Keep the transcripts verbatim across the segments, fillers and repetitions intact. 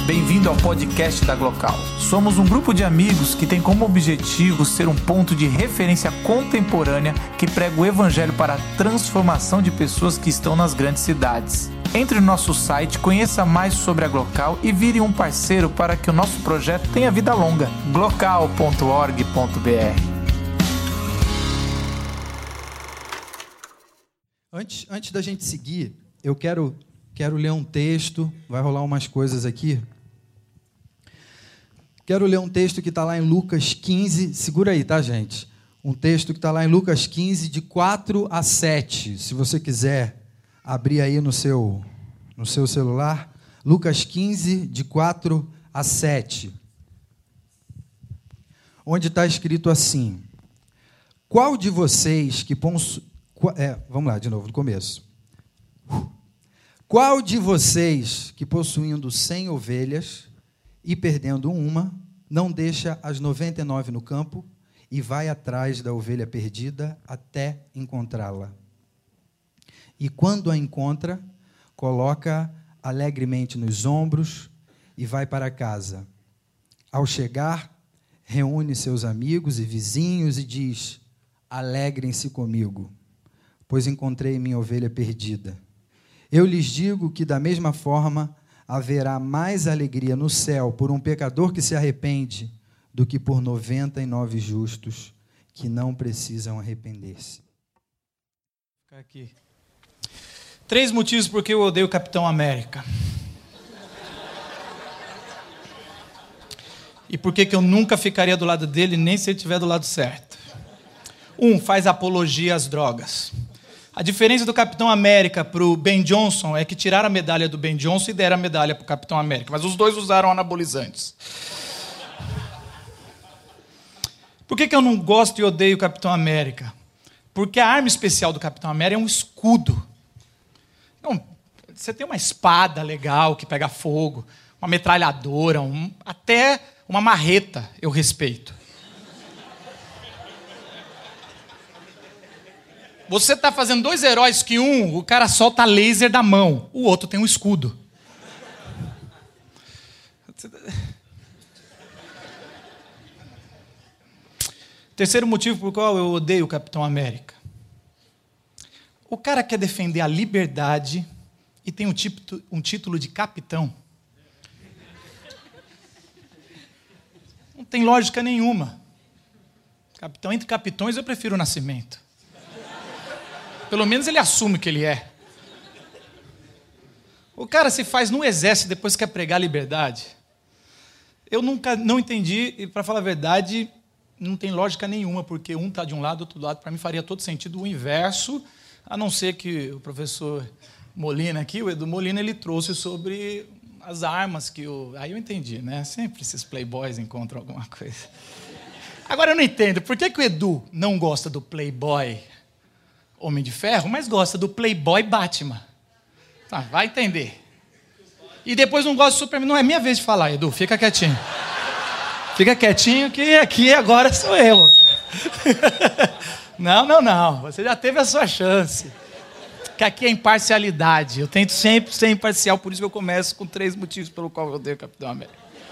Bem-vindo ao podcast da Glocal. Somos um grupo de amigos que tem como objetivo ser um ponto de referência contemporânea que prega o evangelho para a transformação de pessoas que estão nas grandes cidades. Entre no nosso site, conheça mais sobre a Glocal e vire um parceiro para que o nosso projeto tenha vida longa. glocal ponto org ponto b r. Antes, antes da gente seguir, eu quero, quero ler um texto, vai rolar umas coisas aqui. Quero ler um texto que está lá em Lucas quinze, segura aí, tá, gente? Um texto que está lá em Lucas quinze, de quatro a sete, se você quiser abrir aí no seu, no seu celular. Lucas quinze, de quatro a sete. Onde está escrito assim: qual de vocês que... Ponsu... É, vamos lá, de novo, do começo. Qual de vocês que, possuindo cem ovelhas e perdendo uma, não deixa as noventa e nove no campo e vai atrás da ovelha perdida até encontrá-la? E quando a encontra, coloca alegremente nos ombros e vai para casa. Ao chegar, reúne seus amigos e vizinhos e diz: alegrem-se comigo, pois encontrei minha ovelha perdida. Eu lhes digo que, da mesma forma, haverá mais alegria no céu por um pecador que se arrepende do que por noventa e nove justos que não precisam arrepender-se. Aqui. Três motivos por que eu odeio o Capitão América. E por que que eu nunca ficaria do lado dele, nem se ele estiver do lado certo. Um, faz apologia às drogas. A diferença do Capitão América para o Ben Johnson é que tiraram a medalha do Ben Johnson e deram a medalha para o Capitão América. Mas os dois usaram anabolizantes. Por que que eu não gosto e odeio o Capitão América? Porque a arma especial do Capitão América é um escudo. Então, você tem uma espada legal que pega fogo, uma metralhadora, um, até uma marreta eu respeito. Você está fazendo dois heróis que um, o cara solta laser da mão, o outro tem um escudo. Terceiro motivo por qual eu odeio o Capitão América. O cara quer defender a liberdade e tem um, tipo, um título de capitão. Não tem lógica nenhuma. Capitão, entre capitões eu prefiro o Nascimento. Pelo menos ele assume que ele é. O cara se faz no exército e depois quer pregar a liberdade. Eu nunca não entendi, e para falar a verdade, não tem lógica nenhuma, porque um está de um lado, outro do lado. Para mim faria todo sentido o inverso, a não ser que o professor Molina aqui, o Edu Molina, ele trouxe sobre as armas que o... Aí eu entendi, né? Sempre esses playboys encontram alguma coisa. Agora eu não entendo, por que que o Edu não gosta do playboy Homem de Ferro, mas gosta do playboy Batman? Tá, vai entender. E depois não gosta do Superman. Não é minha vez de falar, Edu, fica quietinho. Fica quietinho que aqui agora sou eu. Não, não, não. Você já teve a sua chance. Que aqui é imparcialidade. Eu tento sempre ser imparcial, por isso que eu começo com três motivos pelo qual eu odeio o Capitão América.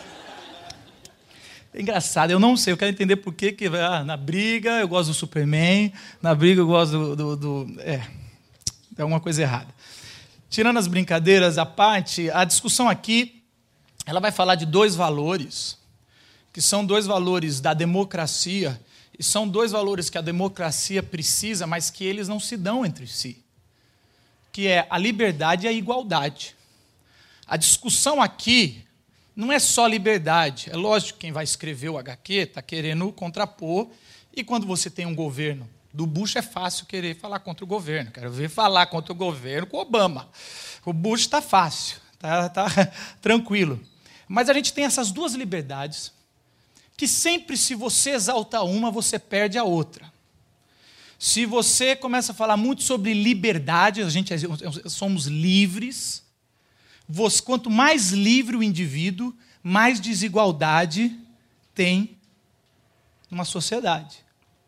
É engraçado, eu não sei, eu quero entender por que, que ah, na briga eu gosto do Superman, na briga eu gosto do... do, do é, tem alguma coisa errada. Tirando as brincadeiras à parte, a discussão aqui, ela vai falar de dois valores, que são dois valores da democracia, e são dois valores que a democracia precisa, mas que eles não se dão entre si, que é a liberdade e a igualdade. A discussão aqui não é só liberdade. É lógico que quem vai escrever o agá quê está querendo contrapor, e quando você tem um governo do Bush, é fácil querer falar contra o governo. Quero ver falar contra o governo com o Obama. O Bush está fácil, está tá tranquilo. Mas a gente tem essas duas liberdades, que sempre, se você exalta uma, você perde a outra. Se você começa a falar muito sobre liberdade, a gente somos livres. Você, quanto mais livre o indivíduo, mais desigualdade tem numa sociedade.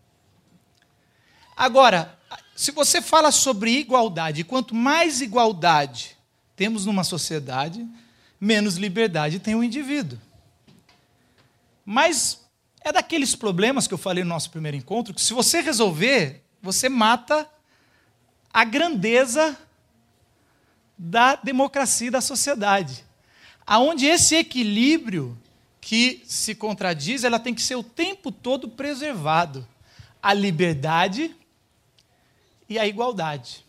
Agora, se você fala sobre igualdade, quanto mais igualdade temos numa sociedade, menos liberdade tem o indivíduo. Mas é daqueles problemas que eu falei no nosso primeiro encontro, que se você resolver, você mata a grandeza da democracia e da sociedade. Aonde esse equilíbrio que se contradiz, ela tem que ser o tempo todo preservado. A liberdade e a igualdade.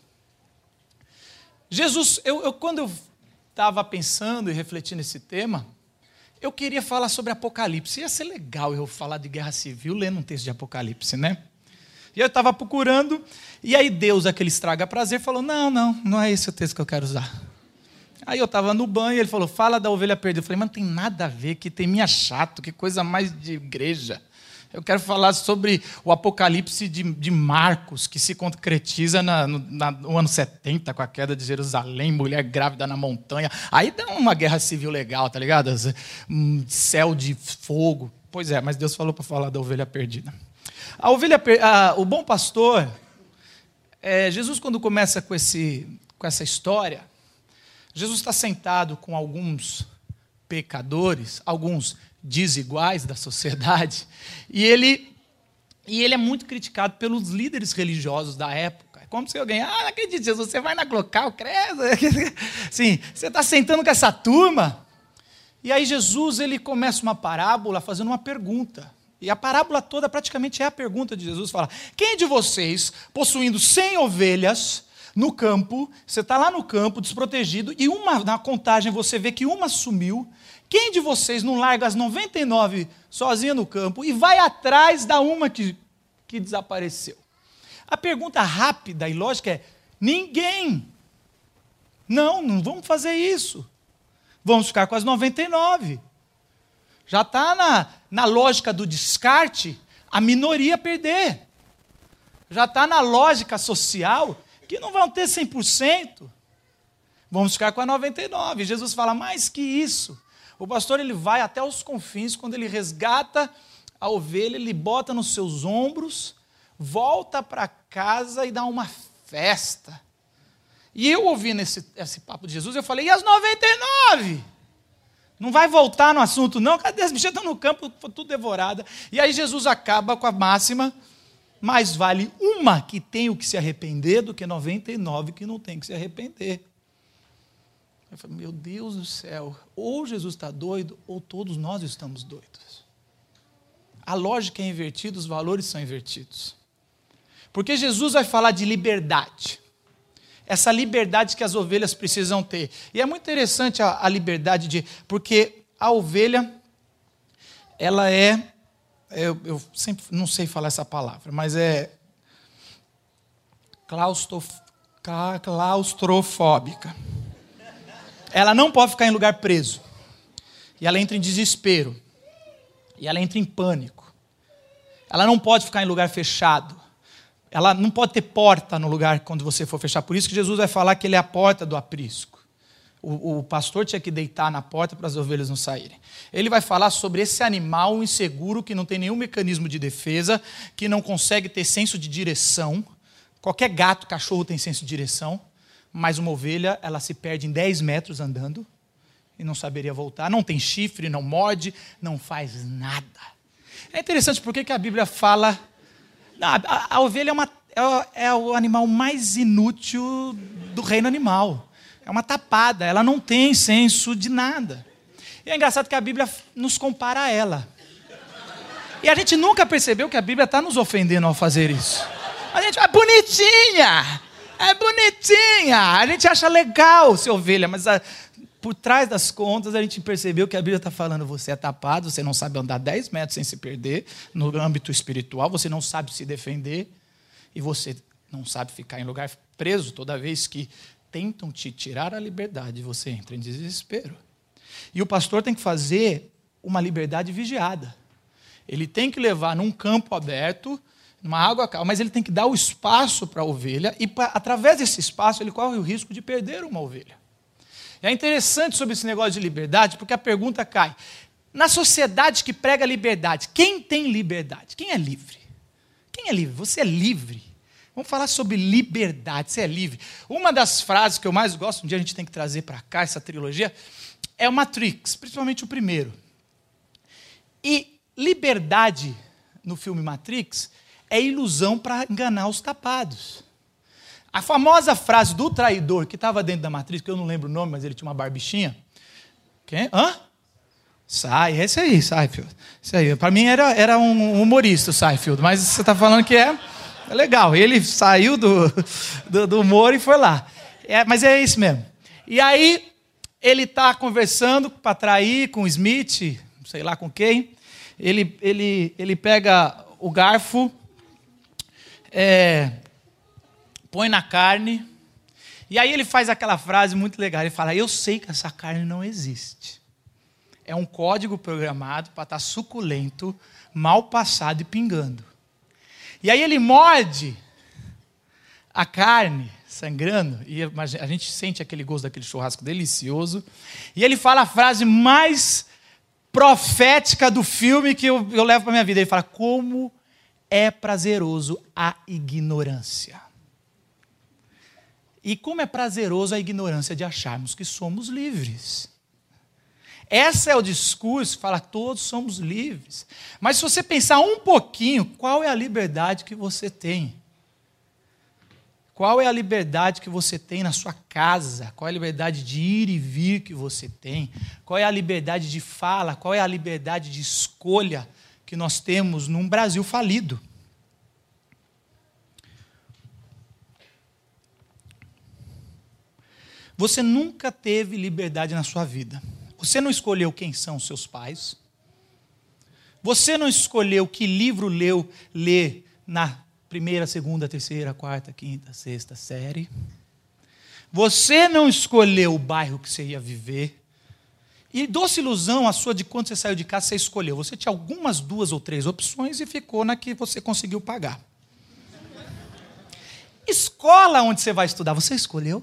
Jesus, eu, eu, quando eu estava pensando e refletindo nesse tema, eu queria falar sobre Apocalipse. Ia ser legal eu falar de guerra civil lendo um texto de Apocalipse, né? E eu estava procurando, e aí Deus, aquele estraga prazer, falou, não, não, não é esse o texto que eu quero usar. Aí eu estava no banho, ele falou, fala da ovelha perdida. Eu falei, mas não tem nada a ver, que tem minha chato, que coisa mais de igreja. Eu quero falar sobre o Apocalipse de, de Marcos, que se concretiza na, no, na, no ano setenta, com a queda de Jerusalém, mulher grávida na montanha. Aí dá uma guerra civil legal, tá ligado? Um céu de fogo. Pois é, mas Deus falou para falar da ovelha perdida. A ovelha, a, o bom pastor, é, Jesus, quando começa com, esse, com essa história, Jesus está sentado com alguns pecadores, alguns desiguais da sociedade, e ele, e ele é muito criticado pelos líderes religiosos da época. É como se alguém, ah, não acredito, Jesus, você vai na Glocal, credo. Sim, você está sentando com essa turma. E aí Jesus, ele começa uma parábola fazendo uma pergunta. E a parábola toda praticamente é a pergunta de Jesus. Fala, quem de vocês, possuindo cem ovelhas no campo, você está lá no campo, desprotegido, e uma, na contagem você vê que uma sumiu, quem de vocês não larga as noventa e nove sozinha no campo e vai atrás da uma que, que desapareceu? A pergunta rápida e lógica é, ninguém. Não, não vamos fazer isso. Vamos ficar com as noventa e nove. Já está na, na lógica do descarte, a minoria perder. Já está na lógica social, que não vão ter cem por cento. Vamos ficar com a noventa e nove. Jesus fala, mais que isso. O pastor, ele vai até os confins, quando ele resgata a ovelha, ele bota nos seus ombros, volta para casa e dá uma festa. E eu ouvindo esse, esse papo de Jesus, eu falei, e as noventa e nove? Não vai voltar no assunto, não? Cadê as bichas? Estão no campo, foi tudo devorada. E aí Jesus acaba com a máxima, mais vale uma que tem o que se arrepender do que noventa e nove que não tem que se arrepender. Eu falei, meu Deus do céu, ou Jesus está doido, ou todos nós estamos doidos. A lógica é invertida, os valores são invertidos. Porque Jesus vai falar de liberdade. Essa liberdade que as ovelhas precisam ter. E é muito interessante a, a liberdade de... Porque a ovelha, ela é... Eu, eu sempre não sei falar essa palavra, mas é... Claustrof, claustrofóbica. Ela não pode ficar em lugar preso. E ela entra em desespero. E ela entra em pânico. Ela não pode ficar em lugar fechado. Ela não pode ter porta no lugar quando você for fechar. Por isso que Jesus vai falar que ele é a porta do aprisco. O, o pastor tinha que deitar na porta para as ovelhas não saírem. Ele vai falar sobre esse animal inseguro que não tem nenhum mecanismo de defesa, que não consegue ter senso de direção. Qualquer gato, cachorro tem senso de direção. Mas uma ovelha, ela se perde em dez metros andando e não saberia voltar. Não tem chifre, não morde, não faz nada. É interessante porque que a Bíblia fala... Não, a, a ovelha é, uma, é, é o animal mais inútil do reino animal. É uma tapada, ela não tem senso de nada. E é engraçado que a Bíblia nos compara a ela. E a gente nunca percebeu que a Bíblia está nos ofendendo ao fazer isso. A gente é bonitinha! É bonitinha, a gente acha legal ser ovelha, mas a, por trás das contas a gente percebeu que a Bíblia está falando, você é tapado, você não sabe andar dez metros sem se perder, no âmbito espiritual, você não sabe se defender, e você não sabe ficar em lugar preso toda vez que tentam te tirar a liberdade, você entra em desespero. E o pastor tem que fazer uma liberdade vigiada. Ele tem que levar num campo aberto, numa água calma, mas ele tem que dar o espaço para a ovelha e, pra, através desse espaço, ele corre o risco de perder uma ovelha. E é interessante sobre esse negócio de liberdade, porque a pergunta cai. Na sociedade que prega liberdade, quem tem liberdade? Quem é livre? Quem é livre? Você é livre Vamos falar sobre liberdade, você é livre. Uma das frases que eu mais gosto, um dia a gente tem que trazer para cá, essa trilogia, é o Matrix, principalmente o primeiro. E liberdade, no filme Matrix, é ilusão para enganar os tapados. A famosa frase do traidor, que estava dentro da Matrix, que eu não lembro o nome, mas ele tinha uma barbichinha. Quem? Hã? Sai, esse aí, Seinfeld. Esse aí. Para mim era, era um humorista, o Seinfeld, mas você está falando que é, é legal. Ele saiu do, do, do humor e foi lá. É, mas é isso mesmo. E aí, ele está conversando para trair com o Smith, sei lá com quem. Ele, ele, ele pega o garfo, é, põe na carne, e aí ele faz aquela frase muito legal. Ele fala, eu sei que essa carne não existe. É um código programado para estar suculento, mal passado e pingando. E aí ele morde a carne, sangrando, e a gente sente aquele gosto daquele churrasco delicioso, e ele fala a frase mais profética do filme que eu, eu levo para a minha vida. Ele fala, como é prazeroso a ignorância. E como é prazeroso a ignorância de acharmos que somos livres. Esse é o discurso que fala, todos somos livres. Mas se você pensar um pouquinho, qual é a liberdade que você tem? Qual é a liberdade que você tem na sua casa? Qual é a liberdade de ir e vir que você tem? Qual é a liberdade de fala? Qual é a liberdade de escolha que nós temos num Brasil falido? Você nunca teve liberdade na sua vida. Você não escolheu quem são os seus pais. Você não escolheu que livro leu, lê na primeira, segunda, terceira, quarta, quinta, sexta série. Você não escolheu o bairro que você ia viver. E doce ilusão a sua de quando você saiu de casa, você escolheu. Você tinha algumas duas ou três opções e ficou na que você conseguiu pagar. Escola onde você vai estudar, você escolheu?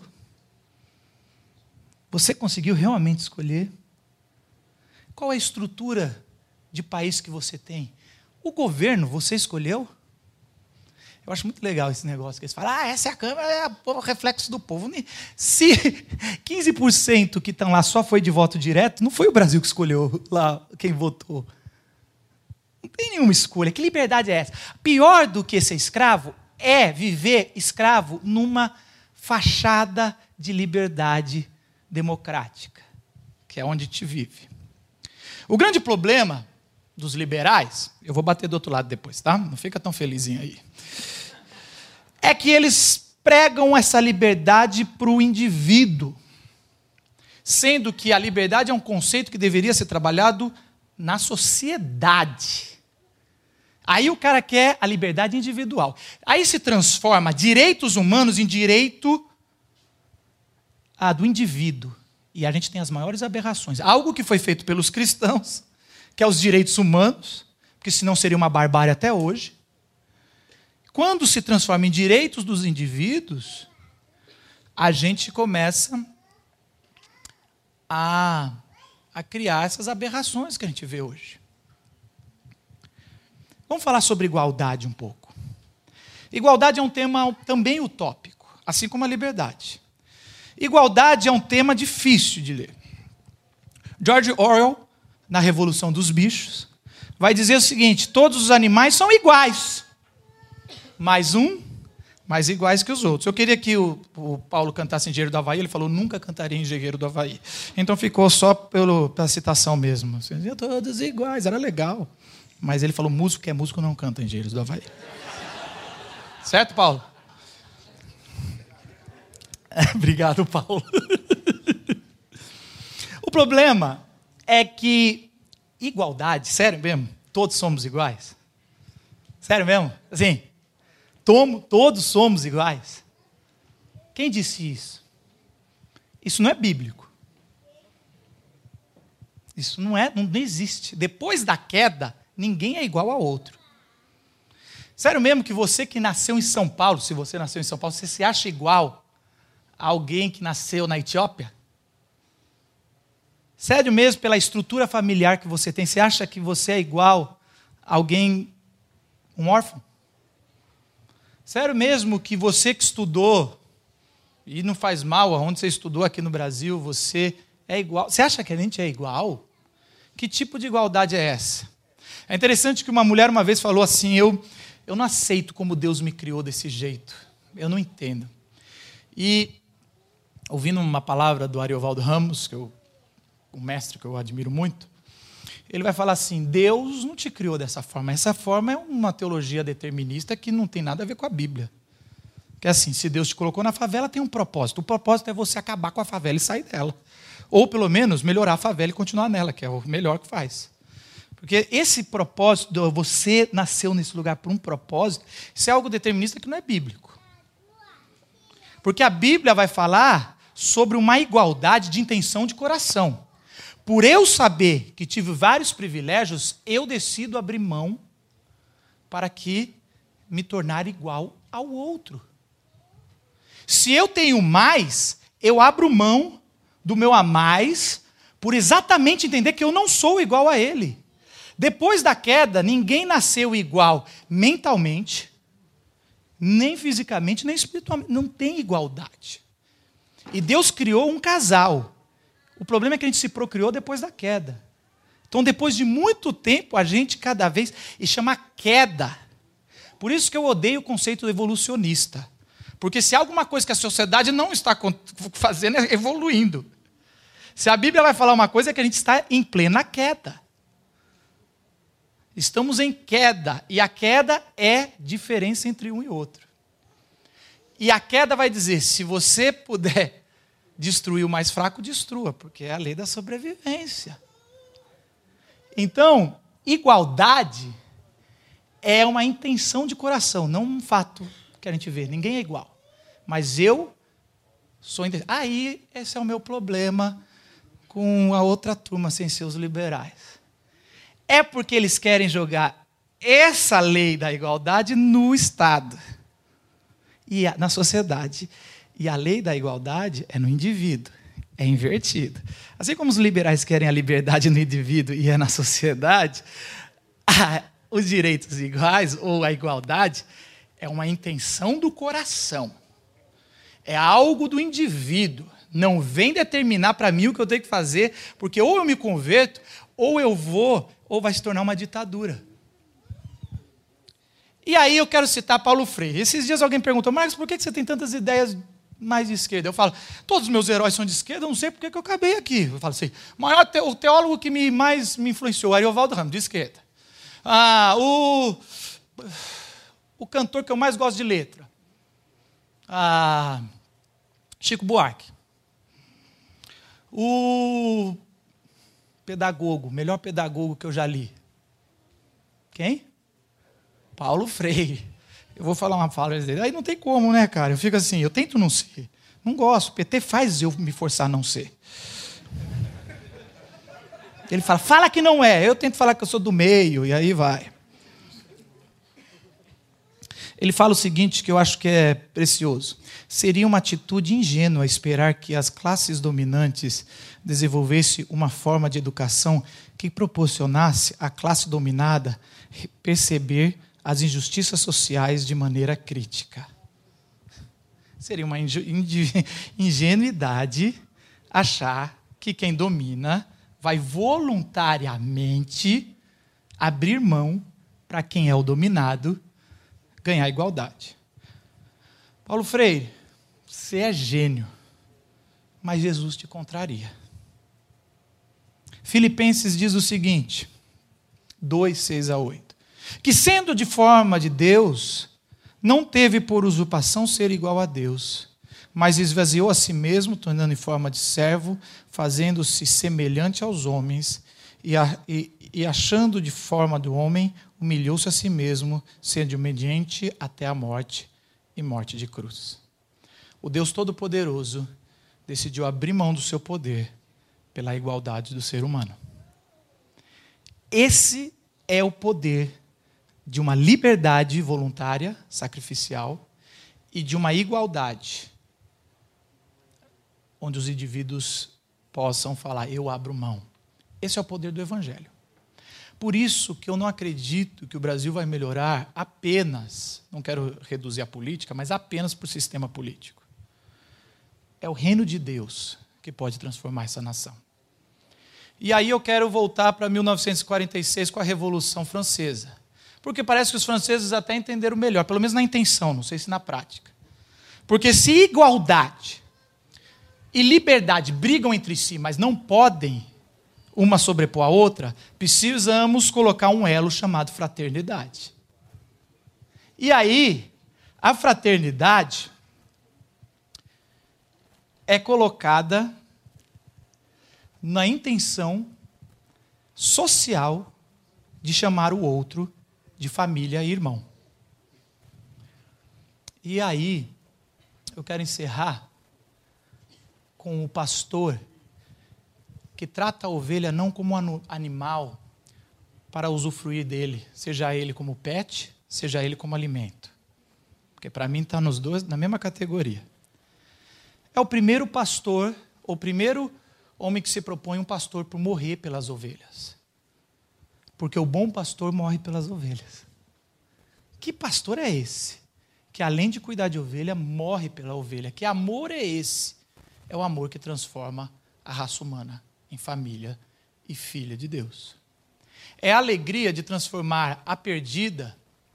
Você conseguiu realmente escolher? Qual é a estrutura de país que você tem? O governo, você escolheu? Eu acho muito legal esse negócio que eles falam, ah, essa é a Câmara, é o reflexo do povo. Se quinze por cento que estão lá só foi de voto direto, não foi o Brasil que escolheu lá quem votou. Não tem nenhuma escolha. Que liberdade é essa? Pior do que ser escravo é viver escravo numa fachada de liberdade democrática, que é onde te vive. O grande problema dos liberais, eu vou bater do outro lado depois, tá? Não fica tão felizinho aí. É que eles pregam essa liberdade para o indivíduo, sendo que a liberdade é um conceito que deveria ser trabalhado na sociedade. Aí o cara quer a liberdade individual. Aí se transforma direitos humanos em direito ah, do indivíduo. E a gente tem as maiores aberrações. Algo que foi feito pelos cristãos, que é os direitos humanos, porque senão seria uma barbárie até hoje. Quando se transforma em direitos dos indivíduos, a gente começa a, a criar essas aberrações que a gente vê hoje. Vamos falar sobre igualdade um pouco. Igualdade é um tema também utópico, assim como a liberdade. Igualdade é um tema difícil de ler. George Orwell, na Revolução dos Bichos, vai dizer o seguinte, todos os animais são iguais, mais um, mais iguais que os outros. Eu queria que o, o Paulo cantasse Engenheiro do Havaí, ele falou, nunca cantaria Engenheiro do Havaí. Então ficou só pelo, pela citação mesmo. Todos iguais, era legal. Mas ele falou, músico que é músico não canta Engenheiros do Havaí. Certo, Paulo? Obrigado, Paulo. O problema é que igualdade, sério mesmo, todos somos iguais? Sério mesmo? Assim, tomo, todos somos iguais? Quem disse isso? Isso não é bíblico. Isso não é, não existe. Depois da queda, ninguém é igual ao outro. Sério mesmo que você que nasceu em São Paulo, se você nasceu em São Paulo, você se acha igual a alguém que nasceu na Etiópia? Sério mesmo, pela estrutura familiar que você tem, você acha que você é igual a alguém, um órfão? Sério mesmo que você que estudou, e não faz mal aonde você estudou aqui no Brasil, você é igual. Você acha que a gente é igual? Que tipo de igualdade é essa? É interessante que uma mulher uma vez falou assim, eu, eu não aceito como Deus me criou desse jeito. Eu não entendo. E, ouvindo uma palavra do Ariovaldo Ramos, que eu, um mestre que eu admiro muito, ele vai falar assim, Deus não te criou dessa forma. Essa forma é uma teologia determinista que não tem nada a ver com a Bíblia. Que é assim, se Deus te colocou na favela, tem um propósito. O propósito é você acabar com a favela e sair dela. Ou, pelo menos, melhorar a favela e continuar nela, que é o melhor que faz. Porque esse propósito, você nasceu nesse lugar por um propósito, isso é algo determinista que não é bíblico. Porque a Bíblia vai falar sobre uma igualdade de intenção de coração. Por eu saber que tive vários privilégios, eu decido abrir mão para que me tornar igual ao outro. Se eu tenho mais, eu abro mão do meu a mais, por exatamente entender que eu não sou igual a ele. Depois da queda, ninguém nasceu igual mentalmente, nem fisicamente, nem espiritualmente. Não tem igualdade. E Deus criou um casal. O problema é que a gente se procriou depois da queda. Então, depois de muito tempo, a gente cada vez... E chama queda. Por isso que eu odeio o conceito evolucionista. Porque se há alguma coisa que a sociedade não está fazendo, é evoluindo. Se a Bíblia vai falar uma coisa, é que a gente está em plena queda. Estamos em queda. E a queda é diferença entre um e outro. E a queda vai dizer, se você puder destruir o mais fraco, destrua, porque é a lei da sobrevivência. Então, igualdade é uma intenção de coração, não um fato que a gente vê. Ninguém é igual. Mas eu sou... Aí, esse é o meu problema com a outra turma, sem ser os liberais. É porque eles querem jogar essa lei da igualdade no Estado e na sociedade. E a lei da igualdade é no indivíduo, é invertido. Assim como os liberais querem a liberdade no indivíduo e é na sociedade, a, os direitos iguais ou a igualdade é uma intenção do coração. É algo do indivíduo. Não vem determinar para mim o que eu tenho que fazer, porque ou eu me converto, ou eu vou, ou vai se tornar uma ditadura. E aí eu quero citar Paulo Freire. Esses dias alguém perguntou, Marcos, por que você tem tantas ideias mais de esquerda? Eu falo, todos os meus heróis são de esquerda, eu não sei por que eu acabei aqui. Eu falo assim, o maior te, o teólogo que me, mais me influenciou, Ariovaldo Ramos, de esquerda. Ah, o, o cantor que eu mais gosto de letra, ah, Chico Buarque. O pedagogo, melhor pedagogo que eu já li. Quem? Paulo Freire. Eu vou falar uma fala dele. Aí não tem como, né, cara? Eu fico assim, eu tento não ser. Não gosto. O P T faz eu me forçar a não ser. Ele fala, fala que não é. Eu tento falar que eu sou do meio, e aí vai. Ele fala o seguinte, que eu acho que é precioso. Seria uma atitude ingênua esperar que as classes dominantes desenvolvessem uma forma de educação que proporcionasse à classe dominada perceber as injustiças sociais de maneira crítica. Seria uma ingenuidade achar que quem domina vai voluntariamente abrir mão para quem é o dominado ganhar igualdade. Paulo Freire, você é gênio, mas Jesus te contraria. Filipenses diz o seguinte, dois, seis a oito, que sendo de forma de Deus, não teve por usurpação ser igual a Deus, mas esvaziou a si mesmo, tornando em forma de servo, fazendo-se semelhante aos homens, e, a, e, e achando de forma do homem, humilhou-se a si mesmo, sendo obediente até a morte, e morte de cruz. O Deus Todo-Poderoso decidiu abrir mão do seu poder pela igualdade do ser humano. Esse é o poder de uma liberdade voluntária, sacrificial, e de uma igualdade, onde os indivíduos possam falar, eu abro mão. Esse é o poder do Evangelho. Por isso que eu não acredito que o Brasil vai melhorar apenas, não quero reduzir a política, mas apenas por sistema político. É o reino de Deus que pode transformar essa nação. E aí eu quero voltar para mil novecentos e quarenta e seis com a Revolução Francesa. Porque parece que os franceses até entenderam melhor, pelo menos na intenção, não sei se na prática. Porque se igualdade e liberdade brigam entre si, mas não podem uma sobrepor a outra, precisamos colocar um elo chamado fraternidade. E aí, a fraternidade é colocada na intenção social de chamar o outro de família e irmão. E aí, eu quero encerrar com o pastor que trata a ovelha não como um animal para usufruir dele, seja ele como pet, seja ele como alimento. Porque para mim está nos dois na mesma categoria. É o primeiro pastor, o primeiro homem que se propõe um pastor por morrer pelas ovelhas. Porque o bom pastor morre pelas ovelhas. Que pastor é esse? Que além de cuidar de ovelha, morre pela ovelha. Que amor é esse? É o amor que transforma a raça humana em família e filha de Deus. É a alegria de transformar a perdida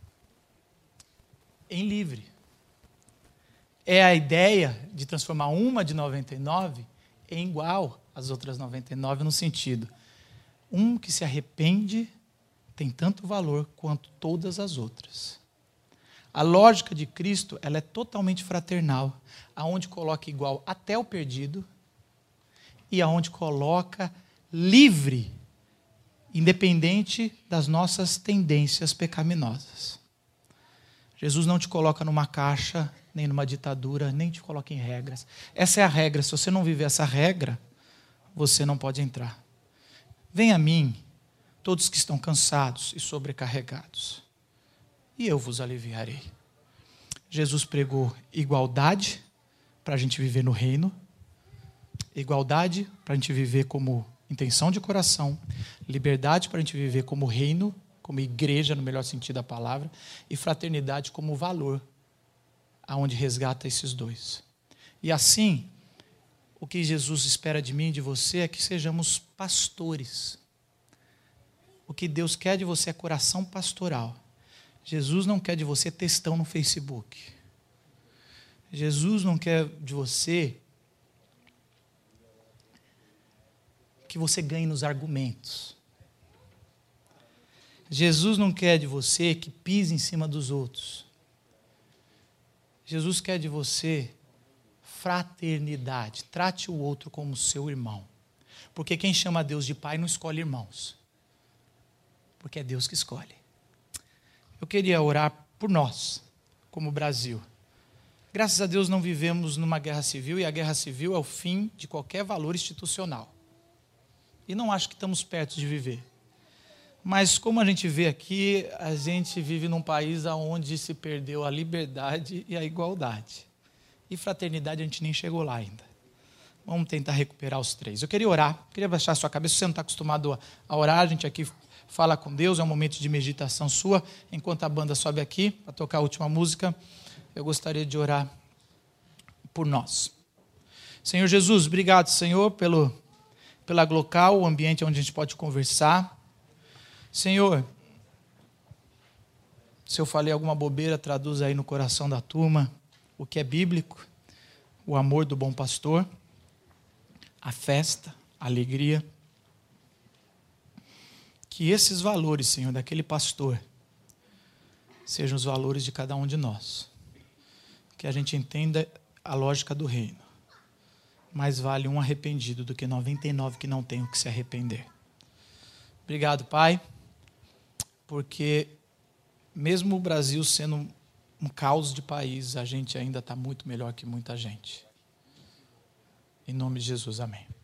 em livre. É a ideia de transformar uma de noventa e nove em igual às outras noventa e nove, no sentido, um que se arrepende tem tanto valor quanto todas as outras. A lógica de Cristo, ela é totalmente fraternal, aonde coloca igual até o perdido e aonde coloca livre, independente das nossas tendências pecaminosas. Jesus não te coloca numa caixa, nem numa ditadura, nem te coloca em regras. Essa é a regra. Se você não viver essa regra, você não pode entrar. Venha a mim, todos que estão cansados e sobrecarregados, e eu vos aliviarei. Jesus pregou igualdade para a gente viver no reino, igualdade para a gente viver como intenção de coração, liberdade para a gente viver como reino, como igreja, no melhor sentido da palavra, e fraternidade como valor, aonde resgata esses dois. E assim, o que Jesus espera de mim e de você é que sejamos pastores. O que Deus quer de você é coração pastoral. Jesus não quer de você textão no Facebook. Jesus não quer de você que você ganhe nos argumentos. Jesus não quer de você que pise em cima dos outros. Jesus quer de você fraternidade. Trate o outro como seu irmão. Porque quem chama Deus de pai não escolhe irmãos. Porque é Deus que escolhe. Eu queria orar por nós, como Brasil. Graças a Deus não vivemos numa guerra civil, e a guerra civil é o fim de qualquer valor institucional. E não acho que estamos perto de viver. Mas como a gente vê aqui, a gente vive num país onde se perdeu a liberdade e a igualdade. E fraternidade a gente nem chegou lá ainda. Vamos tentar recuperar os três. Eu queria orar, queria baixar a sua cabeça. Se você não está acostumado a orar, a gente aqui fala com Deus, é um momento de meditação sua. Enquanto a banda sobe aqui para tocar a última música, eu gostaria de orar por nós. Senhor Jesus, obrigado, Senhor, pelo, pela local, o ambiente onde a gente pode conversar. Senhor, se eu falei alguma bobeira, traduz aí no coração da turma o que é bíblico, o amor do bom pastor, a festa, a alegria. Que esses valores, Senhor, daquele pastor, sejam os valores de cada um de nós. Que a gente entenda a lógica do reino. Mais vale um arrependido do que noventa e nove que não tem o que se arrepender. Obrigado, Pai, porque mesmo o Brasil sendo um caos de país, a gente ainda está muito melhor que muita gente. Em nome de Jesus, amém.